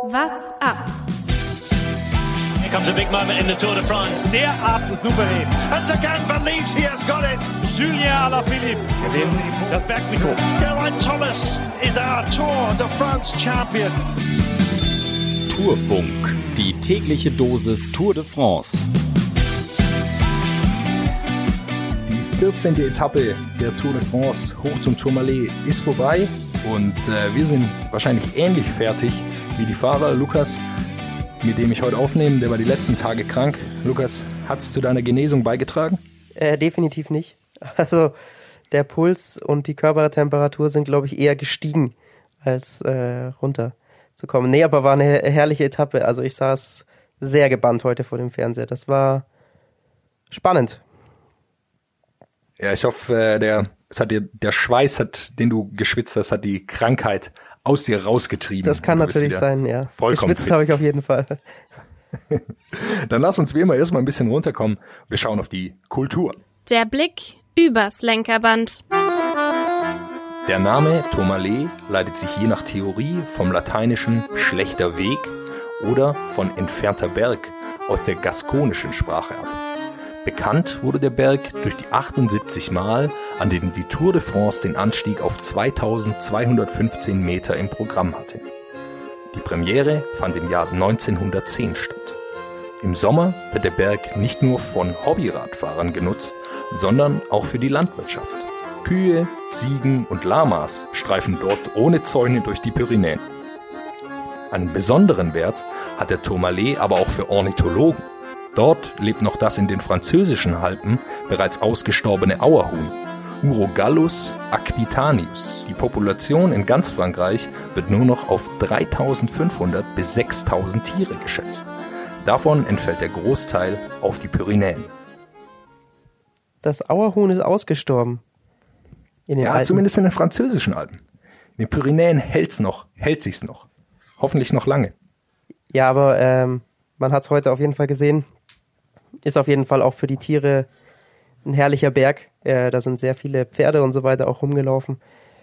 What's up? Here comes a big moment in the Tour de France. Derart souverän. And Sagan believes he has got it. Julien Alaphilippe gewinnt das Bergtrikot. Geraint Thomas is our Tour de France champion. Tourfunk, die tägliche Dosis Tour de France. Die 14. Etappe der Tour de France hoch zum Tourmalet ist vorbei und wir sind wahrscheinlich ähnlich fertig wie die Fahrer. Lukas, mit dem ich heute aufnehme, der war die letzten Tage krank. Lukas, hat es zu deiner Genesung beigetragen? Definitiv nicht. Also der Puls und die Körpertemperatur sind, glaube ich, eher gestiegen als runterzukommen. Nee, aber war eine herrliche Etappe. Also ich saß sehr gebannt heute vor dem Fernseher. Das war spannend. Ja, ich hoffe, der Schweiß, den du geschwitzt hast, hat die Krankheit aus dir rausgetrieben. Das kann natürlich sein, ja. Geschwitzt habe ich auf jeden Fall. Dann lass uns wie immer erstmal ein bisschen runterkommen. Wir schauen auf die Kultur. Der Blick übers Lenkerband. Der Name Tourmalet leitet sich je nach Theorie vom lateinischen schlechter Weg oder von entfernter Berg aus der gaskonischen Sprache ab. Bekannt wurde der Berg durch die 78 Mal, an denen die Tour de France den Anstieg auf 2215 Meter im Programm hatte. Die Premiere fand im Jahr 1910 statt. Im Sommer wird der Berg nicht nur von Hobbyradfahrern genutzt, sondern auch für die Landwirtschaft. Kühe, Ziegen und Lamas streifen dort ohne Zäune durch die Pyrenäen. Einen besonderen Wert hat der Tourmalet aber auch für Ornithologen. Dort lebt noch das in den französischen Alpen bereits ausgestorbene Auerhuhn, Urogallus aquitanius. Die Population in ganz Frankreich wird nur noch auf 3.500 bis 6.000 Tiere geschätzt. Davon entfällt der Großteil auf die Pyrenäen. Das Auerhuhn ist ausgestorben. In den Alpen. Zumindest in den französischen Alpen. In den Pyrenäen hält sich's noch. Hoffentlich noch lange. Ja, aber man hat es heute auf jeden Fall gesehen. Ist auf jeden Fall auch für die Tiere ein herrlicher Berg. Da sind sehr viele Pferde und so weiter auch rumgelaufen.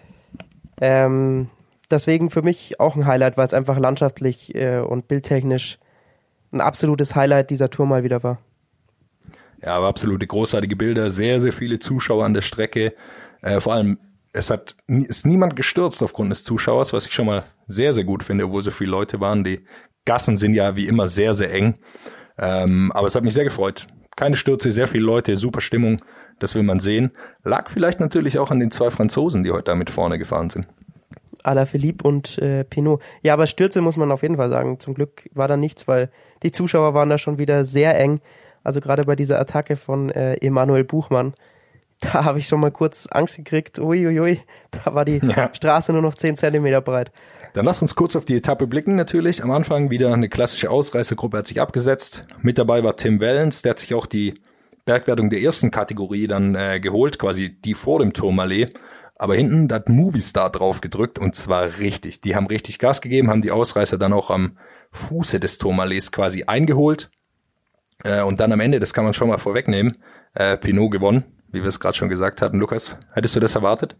Deswegen für mich auch ein Highlight, weil es einfach landschaftlich und bildtechnisch ein absolutes Highlight dieser Tour mal wieder war. Ja, aber absolute großartige Bilder, sehr, sehr viele Zuschauer an der Strecke. Vor allem, ist niemand gestürzt aufgrund des Zuschauers, was ich schon mal sehr, sehr gut finde, obwohl so viele Leute waren. Die Gassen sind ja wie immer sehr, sehr eng. Aber es hat mich sehr gefreut. Keine Stürze, sehr viele Leute, super Stimmung, das will man sehen. Lag vielleicht natürlich auch an den zwei Franzosen, die heute da mit vorne gefahren sind. Alaphilippe und Pinot. Ja, aber Stürze muss man auf jeden Fall sagen. Zum Glück war da nichts, weil die Zuschauer waren da schon wieder sehr eng. Also gerade bei dieser Attacke von Emanuel Buchmann, da habe ich schon mal kurz Angst gekriegt. Uiuiui, da war die Straße nur noch 10 Zentimeter breit. Dann lass uns kurz auf die Etappe blicken natürlich. Am Anfang wieder eine klassische Ausreißergruppe hat sich abgesetzt. Mit dabei war Tim Wellens, der hat sich auch die Bergwertung der ersten Kategorie dann geholt, quasi die vor dem Tourmalet. Aber hinten, da hat Movistar drauf gedrückt und zwar richtig. Die haben richtig Gas gegeben, haben die Ausreißer dann auch am Fuße des Tourmalets quasi eingeholt. Und dann am Ende, das kann man schon mal vorwegnehmen, Pinot gewonnen, wie wir es gerade schon gesagt hatten. Lukas, hättest du das erwartet?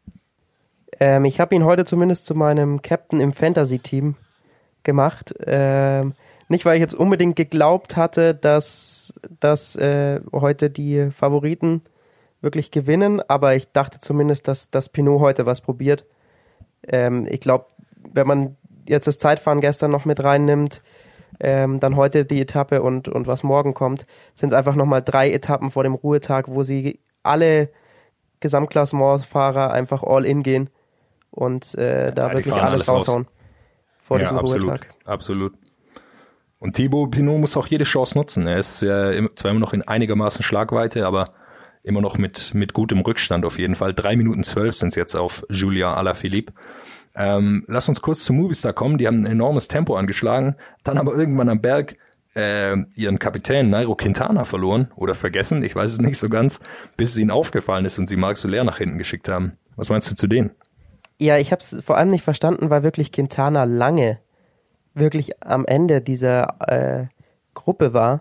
Ich habe ihn heute zumindest zu meinem Captain im Fantasy-Team gemacht. Nicht, weil ich jetzt unbedingt geglaubt hatte, dass heute die Favoriten wirklich gewinnen, aber ich dachte zumindest, dass Pinot heute was probiert. Ich glaube, wenn man jetzt das Zeitfahren gestern noch mit reinnimmt, dann heute die Etappe und was morgen kommt, sind es einfach nochmal 3 Etappen vor dem Ruhetag, wo sie alle Gesamtklassementsfahrer einfach all in gehen und da wirklich alles raushauen vor diesem Ruhetag. Absolut. Und Thibaut Pinot muss auch jede Chance nutzen. Er ist zwar immer noch in einigermaßen Schlagweite, aber immer noch mit gutem Rückstand auf jeden Fall. 3 Minuten 12 sind es jetzt auf Julien Alaphilippe. Lass uns kurz zu Movistar kommen. Die haben ein enormes Tempo angeschlagen, dann aber irgendwann am Berg ihren Kapitän Nairo Quintana verloren oder vergessen, ich weiß es nicht so ganz, bis es ihnen aufgefallen ist und sie Marc Soler nach hinten geschickt haben. Was meinst du zu denen? Ja, ich habe es vor allem nicht verstanden, weil wirklich Quintana lange wirklich am Ende dieser Gruppe war.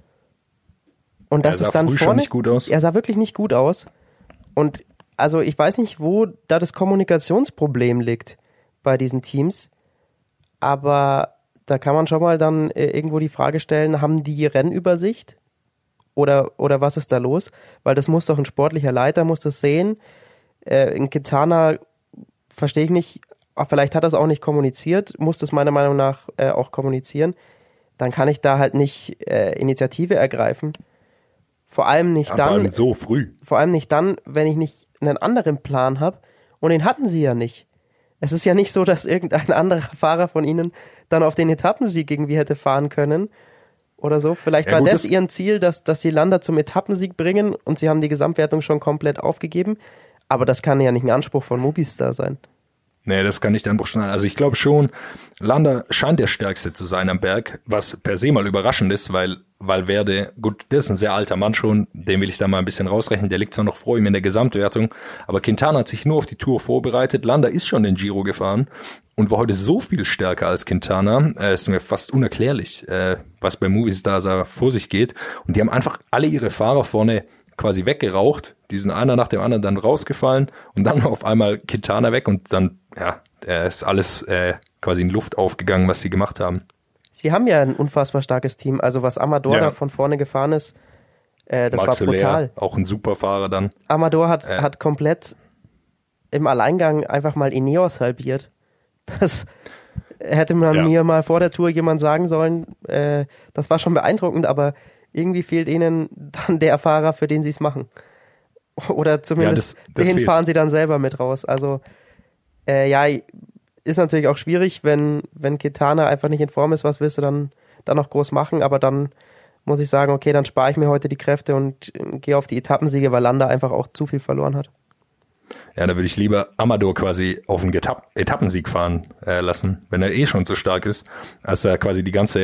Und das ist dann vorne, nicht gut aus. Er sah wirklich nicht gut aus. Und also ich weiß nicht, wo da das Kommunikationsproblem liegt bei diesen Teams, aber da kann man schon mal dann irgendwo die Frage stellen, haben die Rennübersicht? Oder was ist da los? Weil das muss doch ein sportlicher Leiter, muss das sehen. In Quintana verstehe ich nicht, vielleicht hat er es auch nicht kommuniziert, muss das meiner Meinung nach auch kommunizieren. Dann kann ich da halt nicht Initiative ergreifen. Vor allem nicht dann. Vor allem so früh. Vor allem nicht dann, wenn ich nicht einen anderen Plan habe. Und den hatten sie ja nicht. Es ist ja nicht so, dass irgendein anderer Fahrer von ihnen dann auf den Etappensieg irgendwie hätte fahren können. Oder so. Vielleicht war das ihr Ziel, dass sie Landa zum Etappensieg bringen und sie haben die Gesamtwertung schon komplett aufgegeben. Aber das kann ja nicht ein Anspruch von Movistar sein. Nee, das kann nicht der Anspruch sein. Also ich glaube schon, Landa scheint der Stärkste zu sein am Berg, was per se mal überraschend ist, weil Valverde, gut, das ist ein sehr alter Mann schon, den will ich da mal ein bisschen rausrechnen, der liegt zwar noch vor ihm in der Gesamtwertung, aber Quintana hat sich nur auf die Tour vorbereitet, Landa ist schon den Giro gefahren und war heute so viel stärker als Quintana, ist mir fast unerklärlich, was bei Movistar vor sich geht, und die haben einfach alle ihre Fahrer vorne quasi weggeraucht, die sind einer nach dem anderen dann rausgefallen und dann auf einmal Quintana weg und dann, ja, ist alles quasi in Luft aufgegangen, was sie gemacht haben. Sie haben ja ein unfassbar starkes Team, also was Amador da von vorne gefahren ist, das Marc war brutal. Soler, auch ein super Fahrer dann. Amador hat komplett im Alleingang einfach mal Ineos halbiert. Das hätte man mir mal vor der Tour jemand sagen sollen, das war schon beeindruckend, aber irgendwie fehlt ihnen dann der Fahrer, für den sie es machen. Oder zumindest den fahren sie dann selber mit raus. Also ist natürlich auch schwierig, wenn Quintana einfach nicht in Form ist, was willst du dann noch groß machen? Aber dann muss ich sagen, okay, dann spare ich mir heute die Kräfte und gehe auf die Etappensiege, weil Landa einfach auch zu viel verloren hat. Ja, da würde ich lieber Amador quasi auf einen Etappensieg fahren lassen, wenn er eh schon so stark ist, als er quasi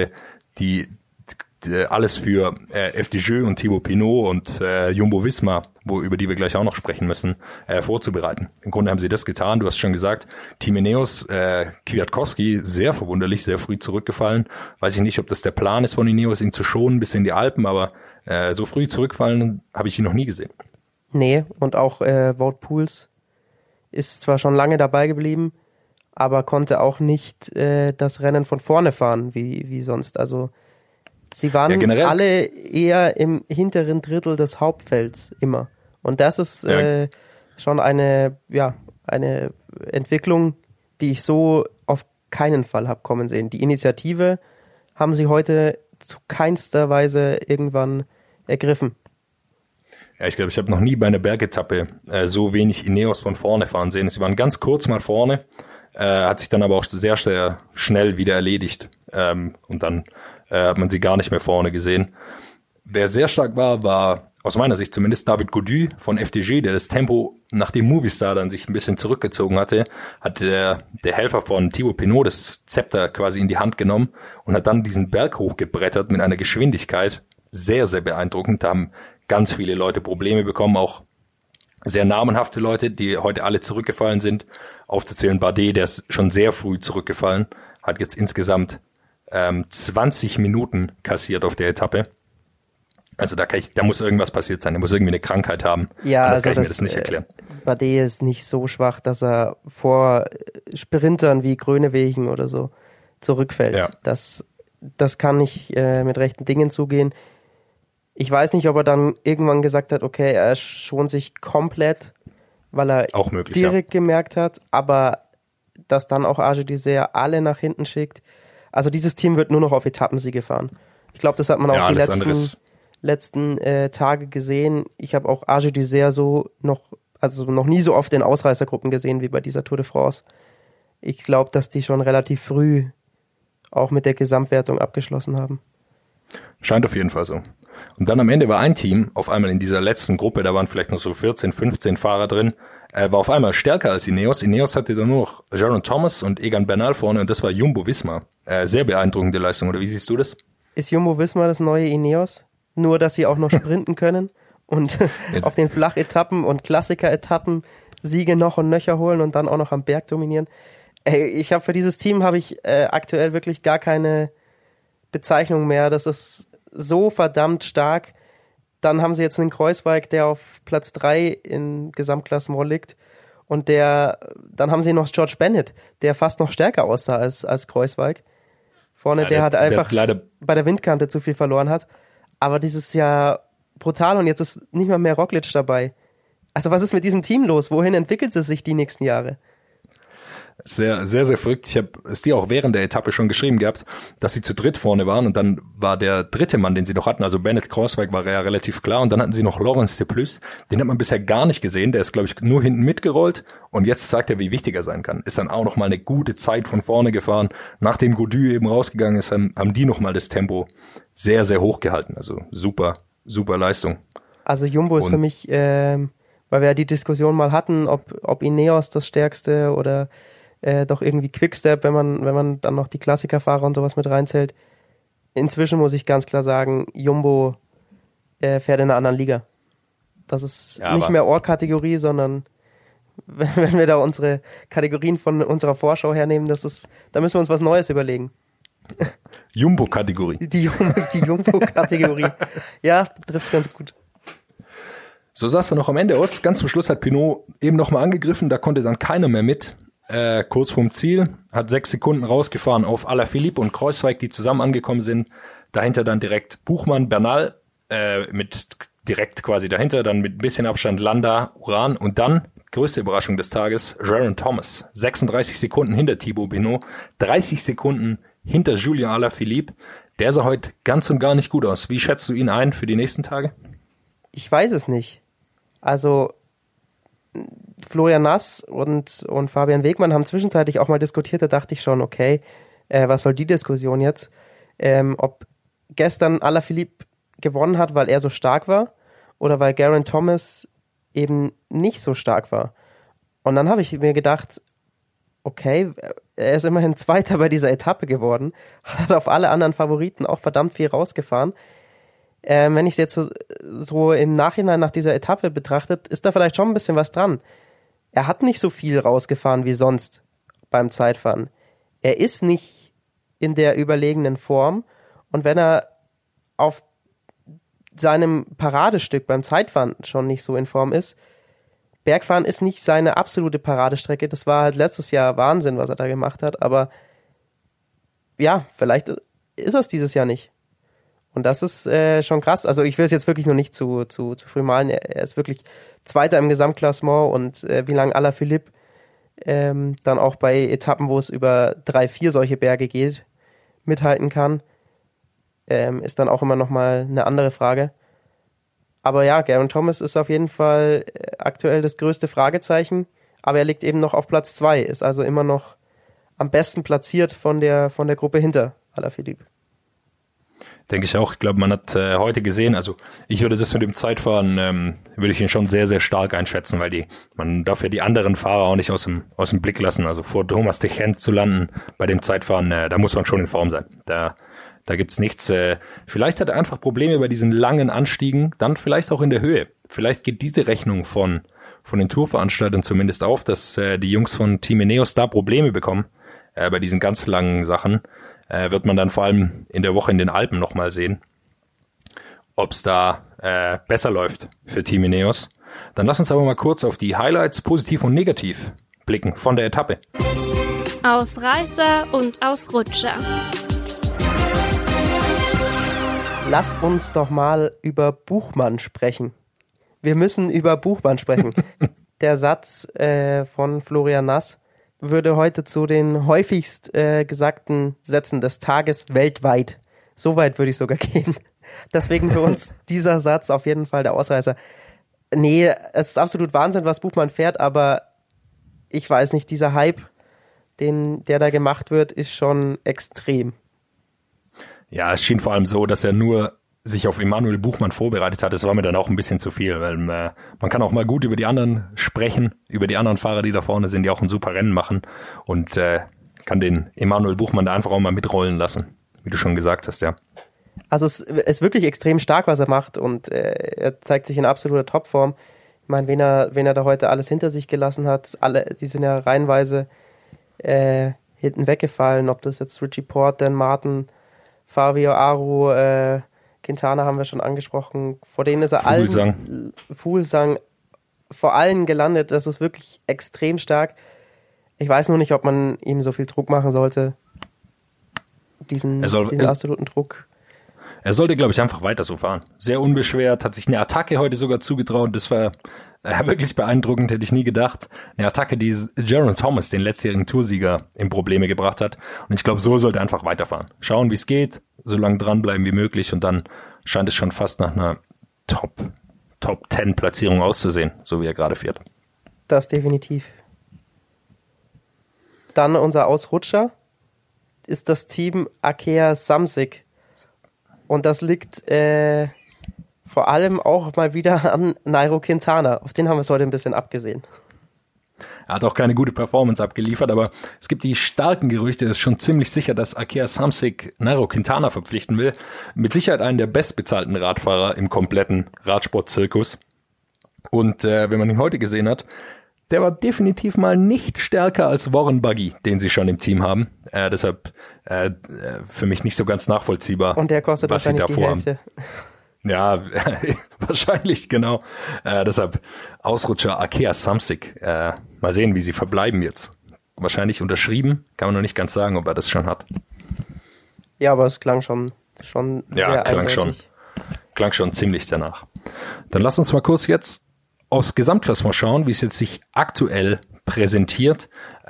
alles für FDJ und Thibaut Pinot und Jumbo-Visma, über die wir gleich auch noch sprechen müssen, vorzubereiten. Im Grunde haben sie das getan, du hast schon gesagt, Team Ineos, Kwiatkowski, sehr verwunderlich, sehr früh zurückgefallen. Weiß ich nicht, ob das der Plan ist von Ineos, ihn zu schonen bis in die Alpen, aber so früh zurückfallen habe ich ihn noch nie gesehen. Nee, und auch Wout Poels ist zwar schon lange dabei geblieben, aber konnte auch nicht das Rennen von vorne fahren, wie sonst. Also sie waren alle eher im hinteren Drittel des Hauptfelds immer. Und das ist schon eine Entwicklung, die ich so auf keinen Fall habe kommen sehen. Die Initiative haben sie heute zu keinster Weise irgendwann ergriffen. Ja, ich glaube, ich habe noch nie bei einer Bergetappe so wenig Ineos von vorne fahren sehen. Sie waren ganz kurz mal vorne, hat sich dann aber auch sehr, sehr schnell wieder erledigt. Und dann hat man sie gar nicht mehr vorne gesehen. Wer sehr stark war aus meiner Sicht zumindest David Gaudu von FDJ, der das Tempo, nachdem Movistar dann sich ein bisschen zurückgezogen hatte, hat der Helfer von Thibaut Pinot das Zepter quasi in die Hand genommen und hat dann diesen Berg hochgebrettert mit einer Geschwindigkeit, sehr, sehr beeindruckend. Da haben ganz viele Leute Probleme bekommen, auch sehr namenhafte Leute, die heute alle zurückgefallen sind. Aufzuzählen Bardet, der ist schon sehr früh zurückgefallen, hat jetzt insgesamt 20 Minuten kassiert auf der Etappe. Also da muss irgendwas passiert sein, der muss irgendwie eine Krankheit haben. Ja, anders also kann ich mir das nicht erklären. Bardet ist nicht so schwach, dass er vor Sprintern wie Groenewegen oder so zurückfällt. Ja. Das kann nicht mit rechten Dingen zugehen. Ich weiß nicht, ob er dann irgendwann gesagt hat, okay, er schont sich komplett, weil er auch möglich, direkt gemerkt hat, aber dass dann auch AG Dessert alle nach hinten schickt. Also dieses Team wird nur noch auf Etappensiege fahren. Ich glaube, das hat man auch die letzten Tage gesehen. Ich habe auch AG Dessert noch nie so oft in Ausreißergruppen gesehen wie bei dieser Tour de France. Ich glaube, dass die schon relativ früh auch mit der Gesamtwertung abgeschlossen haben. Scheint auf jeden Fall so. Und dann am Ende war ein Team auf einmal in dieser letzten Gruppe, da waren vielleicht noch so 14, 15 Fahrer drin, war auf einmal stärker als Ineos. Ineos hatte dann nur noch Geraint Thomas und Egan Bernal vorne und das war Jumbo-Visma. Sehr beeindruckende Leistung, oder wie siehst du das? Ist Jumbo-Visma das neue Ineos? Nur, dass sie auch noch sprinten können und auf den Flachetappen und Klassiker-Etappen Siege noch und nöcher holen und dann auch noch am Berg dominieren. Ich habe für dieses Team aktuell wirklich gar keine Bezeichnung mehr. Das ist so verdammt stark. Dann haben sie jetzt einen Kruijswijk, der auf Platz 3 im Gesamtklassement liegt. Und dann haben sie noch George Bennett, der fast noch stärker aussah als Kruijswijk. vorne, Ja, der hat einfach leider bei der Windkante zu viel verloren hat. Aber dieses Jahr brutal und jetzt ist nicht mal mehr Roglic dabei. Also was ist mit diesem Team los? Wohin entwickelt es sich die nächsten Jahre? sehr, sehr, sehr verrückt. Ich habe es dir auch während der Etappe schon geschrieben gehabt, dass sie zu dritt vorne waren und dann war der dritte Mann, den sie noch hatten, also Bennett Kreuzweig war ja relativ klar und dann hatten sie noch Laurens de Plus, den hat man bisher gar nicht gesehen, der ist glaube ich nur hinten mitgerollt und jetzt sagt er, wie wichtig er sein kann. Ist dann auch nochmal eine gute Zeit von vorne gefahren. Nachdem Gaudu eben rausgegangen ist, haben die nochmal das Tempo sehr, sehr hoch gehalten. Also super, super Leistung. Also Jumbo ist für mich, weil wir ja die Diskussion mal hatten, ob Ineos das Stärkste oder doch irgendwie Quickstep, wenn man dann noch die Klassikerfahrer und sowas mit reinzählt. Inzwischen muss ich ganz klar sagen, Jumbo fährt in einer anderen Liga. Das ist nicht mehr Ohr-Kategorie, sondern wenn wir da unsere Kategorien von unserer Vorschau hernehmen, da müssen wir uns was Neues überlegen. Jumbo-Kategorie. Die Jumbo-Kategorie. Ja, trifft's ganz gut. So sah es dann noch am Ende aus. Ganz zum Schluss hat Pinot eben nochmal angegriffen, da konnte dann keiner mehr mit. Kurz vorm Ziel, hat 6 Sekunden rausgefahren auf Alaphilippe und Kreuzweig, die zusammen angekommen sind. Dahinter dann direkt Buchmann, Bernal, mit direkt quasi dahinter, dann mit ein bisschen Abstand Landa, Uran und dann, größte Überraschung des Tages, Geraint Thomas. 36 Sekunden hinter Thibaut Pinot, 30 Sekunden hinter Julien Alaphilippe. Der sah heute ganz und gar nicht gut aus. Wie schätzt du ihn ein für die nächsten Tage? Ich weiß es nicht. Also Florian Nass und Fabian Wegmann haben zwischenzeitlich auch mal diskutiert, da dachte ich schon, okay, was soll die Diskussion jetzt? Ob gestern Alaphilippe gewonnen hat, weil er so stark war oder weil Geraint Thomas eben nicht so stark war. Und dann habe ich mir gedacht, okay, er ist immerhin Zweiter bei dieser Etappe geworden, hat auf alle anderen Favoriten auch verdammt viel rausgefahren. Wenn ich es jetzt so im Nachhinein nach dieser Etappe betrachtet, ist da vielleicht schon ein bisschen was dran. Er hat nicht so viel rausgefahren wie sonst beim Zeitfahren. Er ist nicht in der überlegenen Form und wenn er auf seinem Paradestück beim Zeitfahren schon nicht so in Form ist, Bergfahren ist nicht seine absolute Paradestrecke. Das war halt letztes Jahr Wahnsinn, was er da gemacht hat, aber ja, vielleicht ist er es dieses Jahr nicht. Und das ist schon krass. Also ich will es jetzt wirklich nur nicht zu früh malen. Er ist wirklich Zweiter im Gesamtklassement und wie lange Alaphilippe dann auch bei Etappen, wo es über 3-4 solche Berge geht, mithalten kann, ist dann auch immer nochmal eine andere Frage. Aber ja, Geraint Thomas ist auf jeden Fall aktuell das größte Fragezeichen, aber er liegt eben noch auf Platz 2, ist also immer noch am besten platziert von der Gruppe hinter Alaphilippe. Denke ich auch. Ich glaube, man hat heute gesehen, also ich würde das mit dem Zeitfahren, würde ich ihn schon sehr, sehr stark einschätzen, weil man darf ja die anderen Fahrer auch nicht aus dem Blick lassen. Also vor Thomas de Gendt zu landen bei dem Zeitfahren, da muss man schon in Form sein. Da gibt's nichts. Vielleicht hat er einfach Probleme bei diesen langen Anstiegen, dann vielleicht auch in der Höhe. Vielleicht geht diese Rechnung von den Tourveranstaltern zumindest auf, dass die Jungs von Team Ineos da Probleme bekommen bei diesen ganz langen Sachen. Wird man dann vor allem in der Woche in den Alpen nochmal sehen, ob es da besser läuft für Team Ineos. Dann lass uns aber mal kurz auf die Highlights, positiv und negativ, blicken von der Etappe. Ausreißer und Ausrutscher. Lass uns doch mal über Buchmann sprechen. Wir müssen über Buchmann sprechen. Der Satz von Florian Nass würde heute zu den häufigst gesagten Sätzen des Tages weltweit. So weit würde ich sogar gehen. Deswegen für uns dieser Satz auf jeden Fall der Ausreißer. Nee, es ist absolut Wahnsinn, was Buchmann fährt, aber ich weiß nicht, dieser Hype, der da gemacht wird, ist schon extrem. Ja, es schien vor allem so, dass er nur sich auf Emanuel Buchmann vorbereitet hat. Das war mir dann auch ein bisschen zu viel, weil man kann auch mal gut über die anderen sprechen, über die anderen Fahrer, die da vorne sind, die auch ein super Rennen machen und kann den Emanuel Buchmann da einfach auch mal mitrollen lassen, wie du schon gesagt hast, ja. Also es ist wirklich extrem stark, was er macht und er zeigt sich in absoluter Topform. Ich meine, wen er da heute alles hinter sich gelassen hat, die sind ja reihenweise hinten weggefallen, ob das jetzt Richie Porte, Dan Martin, Fabio Aru, Quintana haben wir schon angesprochen, vor denen ist er Fuglsang vor allen gelandet, das ist wirklich extrem stark. Ich weiß nur nicht, ob man ihm so viel Druck machen sollte. diesen absoluten Druck. Er sollte, glaube ich, einfach weiter so fahren. Sehr unbeschwert, hat sich eine Attacke heute sogar zugetraut. Das war wirklich beeindruckend, hätte ich nie gedacht. Eine Attacke, die Geraint Thomas, den letztjährigen Toursieger, in Probleme gebracht hat. Und ich glaube, so sollte er einfach weiterfahren. Schauen, wie es geht, so lange dranbleiben wie möglich. Und dann scheint es schon fast nach einer Top-10-Platzierung auszusehen, so wie er gerade fährt. Das definitiv. Dann unser Ausrutscher ist das Team Arkea Samsic. Und das liegt vor allem auch mal wieder an Nairo Quintana. Auf den haben wir es heute ein bisschen abgesehen. Er hat auch keine gute Performance abgeliefert, aber es gibt die starken Gerüchte, es ist schon ziemlich sicher, dass Arkea Samsic Nairo Quintana verpflichten will. Mit Sicherheit einen der bestbezahlten Radfahrer im kompletten Radsportzirkus. Und wenn man ihn heute gesehen hat, der war definitiv mal nicht stärker als Warren Buggy, den sie schon im Team haben. Deshalb für mich nicht so ganz nachvollziehbar. Und der kostet was sie wahrscheinlich die Hälfte. Ja, wahrscheinlich, genau. Deshalb Ausrutscher Arkea Samsic. Mal sehen, wie sie verbleiben jetzt. Wahrscheinlich unterschrieben. Kann man noch nicht ganz sagen, ob er das schon hat. Ja, aber es klang schon sehr eindeutig. Klang schon ziemlich danach. Dann lass uns mal kurz jetzt aufs Gesamtklassement schauen, wie es jetzt sich aktuell präsentiert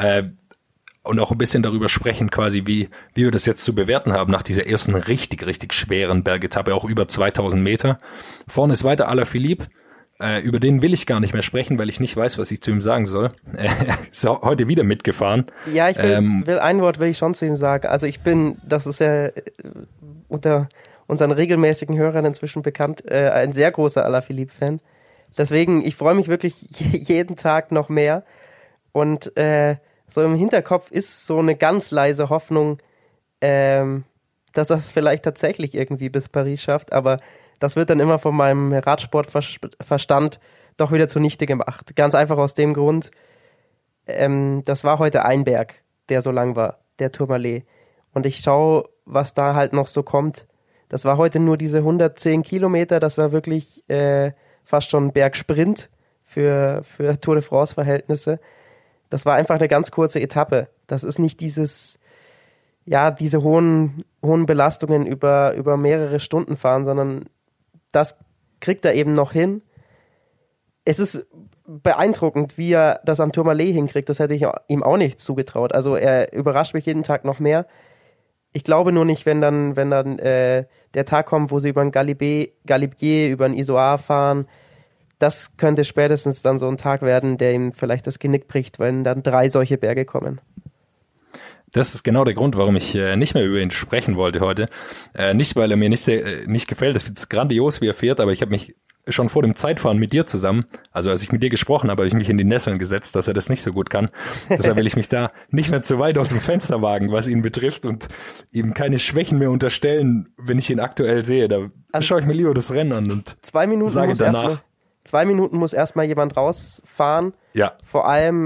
und auch ein bisschen darüber sprechen, quasi wie wir das jetzt zu bewerten haben nach dieser ersten richtig, richtig schweren Bergetappe, auch über 2000 Meter. Vorne ist weiter Alaphilippe, über den will ich gar nicht mehr sprechen, weil ich nicht weiß, was ich zu ihm sagen soll. Er ist heute wieder mitgefahren. Ja, ich will ein Wort will ich schon zu ihm sagen. Also das ist ja unter unseren regelmäßigen Hörern inzwischen bekannt, ein sehr großer Alaphilippe-Fan. Deswegen, ich freue mich wirklich jeden Tag noch mehr. Und so im Hinterkopf ist so eine ganz leise Hoffnung, dass er es vielleicht tatsächlich irgendwie bis Paris schafft. Aber das wird dann immer von meinem Radsportverstand doch wieder zunichte gemacht. Ganz einfach aus dem Grund, das war heute ein Berg, der so lang war, der Tourmalet. Und ich schaue, was da halt noch so kommt. Das war heute nur diese 110 Kilometer, das war wirklich fast schon ein Bergsprint für Tour de France-Verhältnisse. Das war einfach eine ganz kurze Etappe. Das ist nicht diese hohen Belastungen über mehrere Stunden fahren, sondern das kriegt er eben noch hin. Es ist beeindruckend, wie er das am Tourmalet hinkriegt. Das hätte ich ihm auch nicht zugetraut. Also er überrascht mich jeden Tag noch mehr. Ich glaube nur nicht, wenn dann der Tag kommt, wo sie über den Galibier, über den Isoar fahren. Das könnte spätestens dann so ein Tag werden, der ihm vielleicht das Genick bricht, wenn dann 3 solche Berge kommen. Das ist genau der Grund, warum ich nicht mehr über ihn sprechen wollte heute. Nicht, weil er mir nicht gefällt. Das ist grandios, wie er fährt, aber ich habe mich schon vor dem Zeitfahren mit dir zusammen, also als ich mit dir gesprochen habe, habe ich mich in die Nesseln gesetzt, dass er das nicht so gut kann. Deshalb will ich mich da nicht mehr zu weit aus dem Fenster wagen, was ihn betrifft und ihm keine Schwächen mehr unterstellen, wenn ich ihn aktuell sehe. Da schaue ich mir lieber das Rennen an und 2 Minuten sage danach. 2 Minuten muss erstmal jemand rausfahren. Ja. Vor allem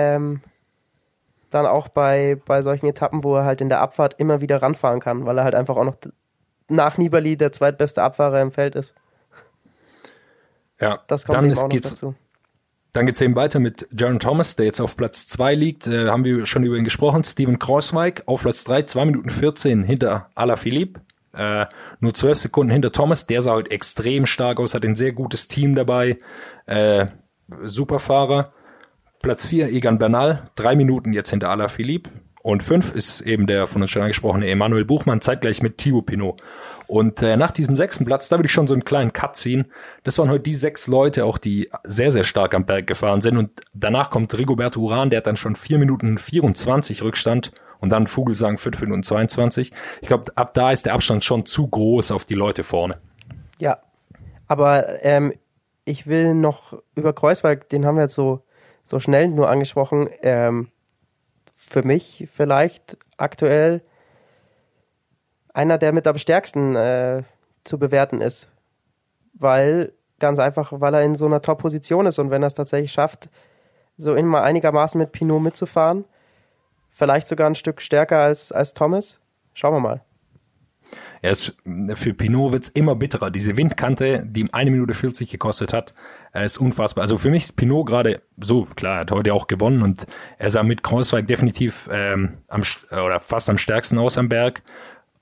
dann auch bei solchen Etappen, wo er halt in der Abfahrt immer wieder ranfahren kann, weil er halt einfach auch noch nach Nibali der zweitbeste Abfahrer im Feld ist. Ja, das kommt eben auch noch dazu. Dann geht es eben weiter mit Geraint Thomas, der jetzt auf Platz 2 liegt. Haben wir schon über ihn gesprochen. Steven Kruijswijk auf Platz 3, 2 Minuten 14 hinter Alaphilippe. Nur 12 Sekunden hinter Thomas. Der sah heute extrem stark aus, hat ein sehr gutes Team dabei. Superfahrer. Platz 4, Egan Bernal, 3 Minuten jetzt hinter Alaphilippe. Und 5 ist eben der von uns schon angesprochene Emanuel Buchmann, zeitgleich mit Thibaut Pinot. Und nach diesem 6. Platz, da würde ich schon so einen kleinen Cut ziehen. Das waren heute die 6 Leute, auch die sehr, sehr stark am Berg gefahren sind. Und danach kommt Rigoberto Urán, der hat dann schon 4 Minuten 24 Rückstand. Und dann Vogelsang 5 Minuten 22. Ich glaube, ab da ist der Abstand schon zu groß auf die Leute vorne. Ja, aber ich will noch über Kruijswijk, den haben wir jetzt so schnell nur angesprochen, für mich vielleicht aktuell einer, der mit am stärksten zu bewerten ist. Weil er in so einer Top-Position ist und wenn er es tatsächlich schafft, so immer einigermaßen mit Pinot mitzufahren, vielleicht sogar ein Stück stärker als Thomas. Schauen wir mal. Für Pinot wird's immer bitterer. Diese Windkante, die ihm 1 Minute 40 gekostet hat, ist unfassbar. Also für mich ist Pinot gerade so, klar, er hat heute auch gewonnen und er sah mit Kruijswijk definitiv fast am stärksten aus am Berg.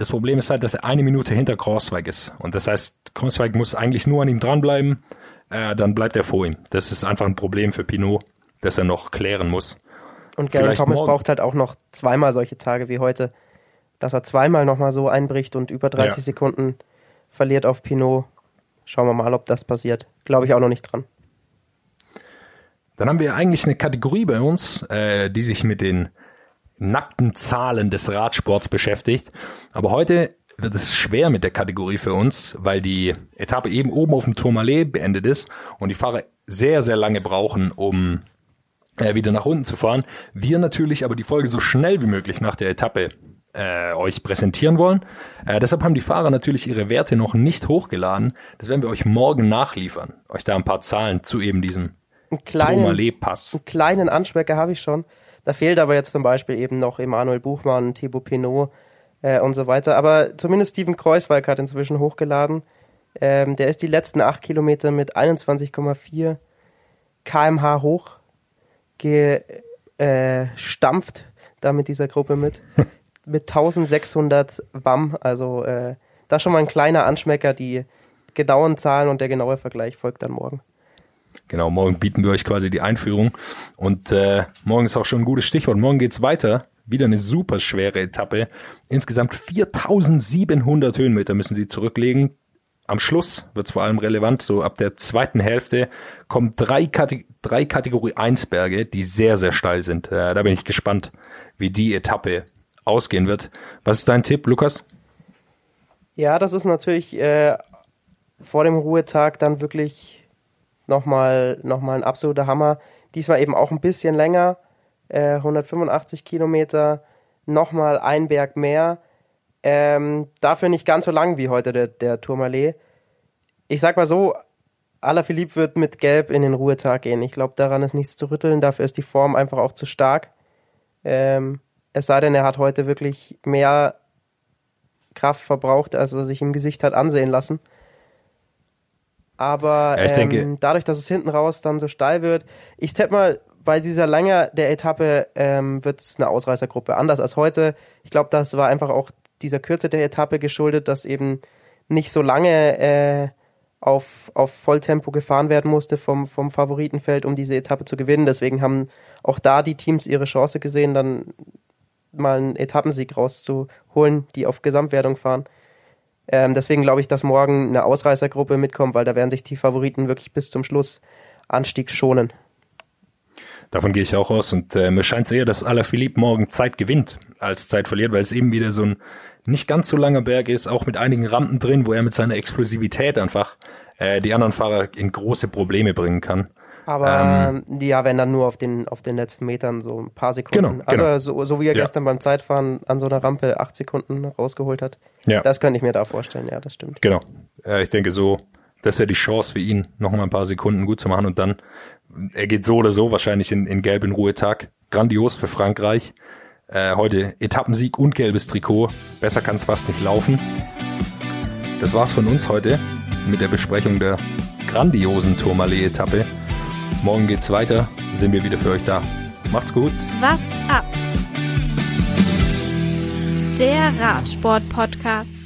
Das Problem ist halt, dass er 1 Minute hinter Kruijswijk ist. Und das heißt, Kruijswijk muss eigentlich nur an ihm dranbleiben, dann bleibt er vor ihm. Das ist einfach ein Problem für Pinot, das er noch klären muss. Und Geraint Thomas braucht halt auch noch zweimal solche Tage wie heute, dass er zweimal nochmal so einbricht und über 30 Sekunden verliert auf Pinot. Schauen wir mal, ob das passiert. Glaube ich auch noch nicht dran. Dann haben wir eigentlich eine Kategorie bei uns, die sich mit den nackten Zahlen des Radsports beschäftigt. Aber heute wird es schwer mit der Kategorie für uns, weil die Etappe eben oben auf dem Tourmalet beendet ist und die Fahrer sehr, sehr lange brauchen, um wieder nach unten zu fahren. Wir natürlich aber die Folge so schnell wie möglich nach der Etappe euch präsentieren wollen. Deshalb haben die Fahrer natürlich ihre Werte noch nicht hochgeladen. Das werden wir euch morgen nachliefern. Euch da ein paar Zahlen zu eben diesem Tourmalet-Pass. Einen kleinen Anschmecker habe ich schon. Da fehlt aber jetzt zum Beispiel eben noch Emanuel Buchmann, Thibaut Pinot und so weiter. Aber zumindest Steven Kruijswijk hat inzwischen hochgeladen. Der ist die letzten 8 Kilometer mit 21,4 km/h hoch gestampft da mit dieser Gruppe mit 1600 Wamm. Also das schon mal ein kleiner Anschmecker. Die genauen Zahlen und der genaue Vergleich folgt dann morgen. Genau, morgen bieten wir euch quasi die Einführung und morgen ist auch schon ein gutes Stichwort. Morgen geht's weiter. Wieder eine super schwere Etappe. Insgesamt 4700 Höhenmeter müssen sie zurücklegen. Am Schluss wird's vor allem relevant. So ab der zweiten Hälfte kommen drei Kategorie 1 Berge, die sehr, sehr steil sind. Da bin ich gespannt, wie die Etappe ausgehen wird. Was ist dein Tipp, Lukas? Ja, das ist natürlich vor dem Ruhetag dann wirklich nochmal ein absoluter Hammer. Diesmal eben auch ein bisschen länger, 185 Kilometer, nochmal ein Berg mehr. Dafür nicht ganz so lang wie heute der Tourmalet. Ich sag mal so, Alaphilippe wird mit Gelb in den Ruhetag gehen. Ich glaube, daran ist nichts zu rütteln. Dafür ist die Form einfach auch zu stark. Es sei denn, er hat heute wirklich mehr Kraft verbraucht, als er sich im Gesicht hat ansehen lassen. Aber ich denke, dadurch, dass es hinten raus dann so steil wird, ich tippe mal, bei dieser Länge der Etappe wird es eine Ausreißergruppe. Anders als heute. Ich glaube, das war einfach auch dieser Kürze der Etappe geschuldet, dass eben nicht so lange auf Volltempo gefahren werden musste vom Favoritenfeld, um diese Etappe zu gewinnen. Deswegen haben auch da die Teams ihre Chance gesehen, dann mal einen Etappensieg rauszuholen, die auf Gesamtwertung fahren. Deswegen glaube ich, dass morgen eine Ausreißergruppe mitkommt, weil da werden sich die Favoriten wirklich bis zum Schlussanstieg schonen. Davon gehe ich auch aus und mir scheint es eher, dass Alaphilippe morgen Zeit gewinnt, als Zeit verliert, weil es eben wieder so ein nicht ganz so langer Berg ist, auch mit einigen Rampen drin, wo er mit seiner Explosivität einfach die anderen Fahrer in große Probleme bringen kann. Aber wenn dann nur auf den letzten Metern so ein paar Sekunden. Genau. Also so wie er gestern beim Zeitfahren an so einer Rampe 8 Sekunden rausgeholt hat. Ja. Das könnte ich mir da vorstellen, ja, das stimmt. Genau. Ich denke so, das wäre die Chance für ihn, noch mal ein paar Sekunden gut zu machen und dann, er geht so oder so wahrscheinlich in Gelb in Ruhetag. Grandios für Frankreich. Heute Etappensieg und gelbes Trikot. Besser kann es fast nicht laufen. Das war's von uns heute mit der Besprechung der grandiosen Tourmalet-Etappe. Morgen geht's weiter, sind wir wieder für euch da. Macht's gut. What's up? Der Radsport-Podcast.